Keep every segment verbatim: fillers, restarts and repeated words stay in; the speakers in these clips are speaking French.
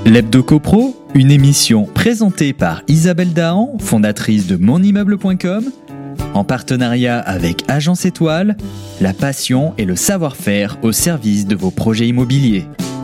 L'Hebdo CoPro, une émission présentée par Isabelle Dahan, fondatrice de mon immeuble point com, en partenariat avec Agence Étoile, la passion et le savoir-faire au service de vos projets immobiliers.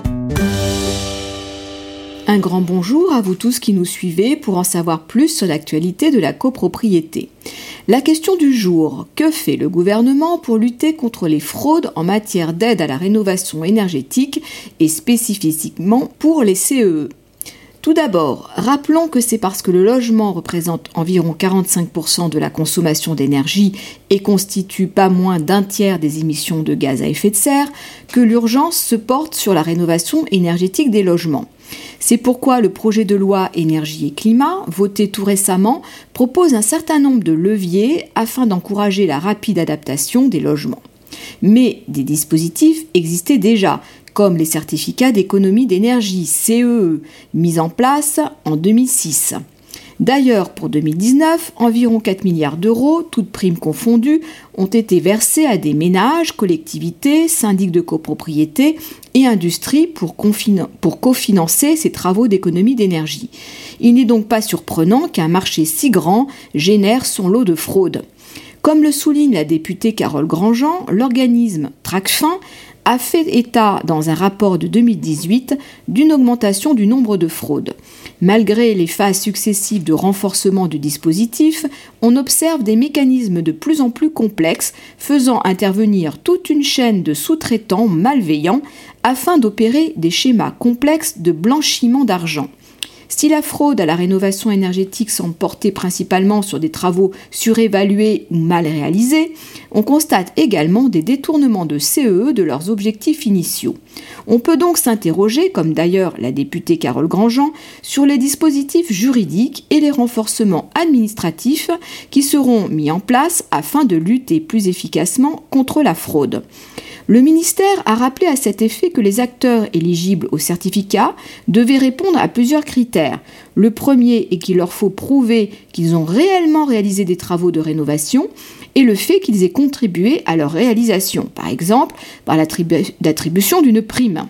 Un grand bonjour à vous tous qui nous suivez pour en savoir plus sur l'actualité de la copropriété. La question du jour, que fait le gouvernement pour lutter contre les fraudes en matière d'aide à la rénovation énergétique et spécifiquement pour les C E E? Tout d'abord, rappelons que c'est parce que le logement représente environ quarante-cinq pour cent de la consommation d'énergie et constitue pas moins d'un tiers des émissions de gaz à effet de serre que l'urgence se porte sur la rénovation énergétique des logements. C'est pourquoi le projet de loi Énergie et Climat, voté tout récemment, propose un certain nombre de leviers afin d'encourager la rapide adaptation des logements. Mais des dispositifs existaient déjà, comme les certificats d'économie d'énergie, C E E, mis en place en deux mille six. D'ailleurs, pour deux mille dix-neuf, environ quatre milliards d'euros, toutes primes confondues, ont été versés à des ménages, collectivités, syndics de copropriété et industries pour, confin- pour cofinancer ces travaux d'économie d'énergie. Il n'est donc pas surprenant qu'un marché si grand génère son lot de fraude. Comme le souligne la députée Carole Grandjean, l'organisme Tracfin a fait état dans un rapport de deux mille dix-huit d'une augmentation du nombre de fraudes. Malgré les phases successives de renforcement du dispositif, on observe des mécanismes de plus en plus complexes faisant intervenir toute une chaîne de sous-traitants malveillants afin d'opérer des schémas complexes de blanchiment d'argent. Si la fraude à la rénovation énergétique semble porter principalement sur des travaux surévalués ou mal réalisés, on constate également des détournements de C E E de leurs objectifs initiaux. On peut donc s'interroger, comme d'ailleurs la députée Carole Grandjean, sur les dispositifs juridiques et les renforcements administratifs qui seront mis en place afin de lutter plus efficacement contre la fraude. Le ministère a rappelé à cet effet que les acteurs éligibles au certificat devaient répondre à plusieurs critères. Le premier est qu'il leur faut prouver qu'ils ont réellement réalisé des travaux de rénovation et le fait qu'ils aient contribué à leur réalisation, par exemple par l'attribu- l'attribution d'une prime.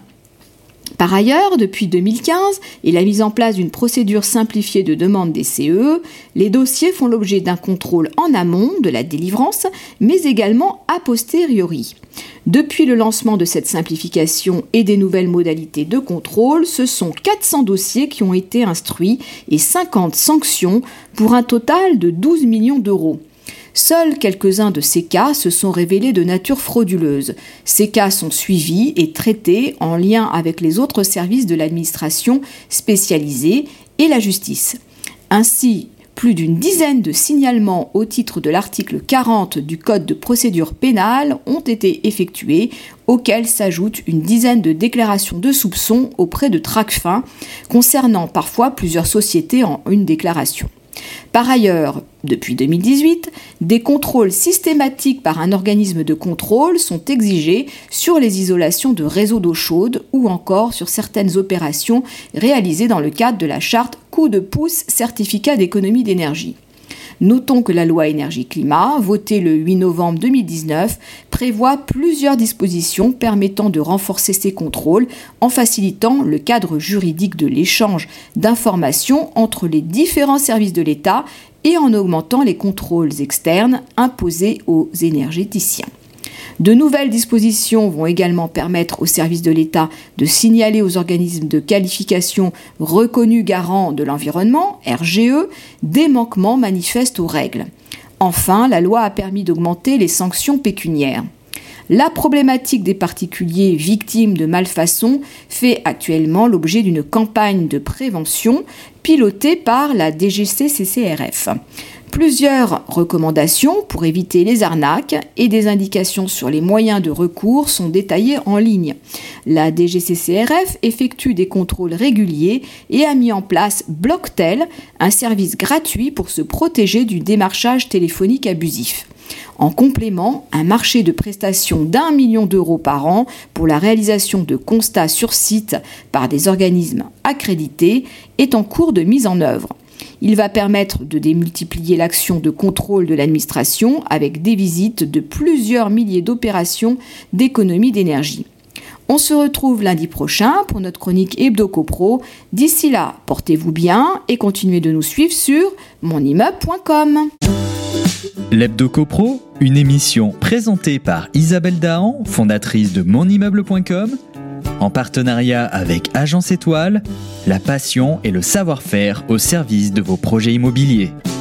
Par ailleurs, depuis deux mille quinze et la mise en place d'une procédure simplifiée de demande des C E E, les dossiers font l'objet d'un contrôle en amont de la délivrance, mais également a posteriori. Depuis le lancement de cette simplification et des nouvelles modalités de contrôle, ce sont quatre cents dossiers qui ont été instruits et cinquante sanctions pour un total de douze millions d'euros. Seuls quelques-uns de ces cas se sont révélés de nature frauduleuse. Ces cas sont suivis et traités en lien avec les autres services de l'administration spécialisée et la justice. Ainsi, plus d'une dizaine de signalements au titre de l'article quarante du Code de procédure pénale ont été effectués, auxquels s'ajoute une dizaine de déclarations de soupçons auprès de Tracfin, concernant parfois plusieurs sociétés en une déclaration. Par ailleurs, depuis deux mille dix-huit, des contrôles systématiques par un organisme de contrôle sont exigés sur les isolations de réseaux d'eau chaude ou encore sur certaines opérations réalisées dans le cadre de la charte coup de pouce certificat d'économie d'énergie. Notons que la loi Énergie-Climat, votée le huit novembre deux mille dix-neuf, prévoit plusieurs dispositions permettant de renforcer ces contrôles en facilitant le cadre juridique de l'échange d'informations entre les différents services de l'État et en augmentant les contrôles externes imposés aux énergéticiens. De nouvelles dispositions vont également permettre aux services de l'État de signaler aux organismes de qualification reconnus garants de l'environnement, R G E, des manquements manifestes aux règles. Enfin, la loi a permis d'augmenter les sanctions pécuniaires. La problématique des particuliers victimes de malfaçons fait actuellement l'objet d'une campagne de prévention pilotée par la D G C C C R F. Plusieurs recommandations pour éviter les arnaques et des indications sur les moyens de recours sont détaillées en ligne. La D G C C R F effectue des contrôles réguliers et a mis en place Blocktel, un service gratuit pour se protéger du démarchage téléphonique abusif. En complément, un marché de prestations d'un million d'euros par an pour la réalisation de constats sur site par des organismes accrédités est en cours de mise en œuvre. Il va permettre de démultiplier l'action de contrôle de l'administration avec des visites de plusieurs milliers d'opérations d'économie d'énergie. On se retrouve lundi prochain pour notre chronique Hebdo Copro. D'ici là, portez-vous bien et continuez de nous suivre sur mon immeuble point com. L'Hebdo Copro, une émission présentée par Isabelle Dahan, fondatrice de mon immeuble point com, en partenariat avec Agence Étoile, la passion et le savoir-faire au service de vos projets immobiliers.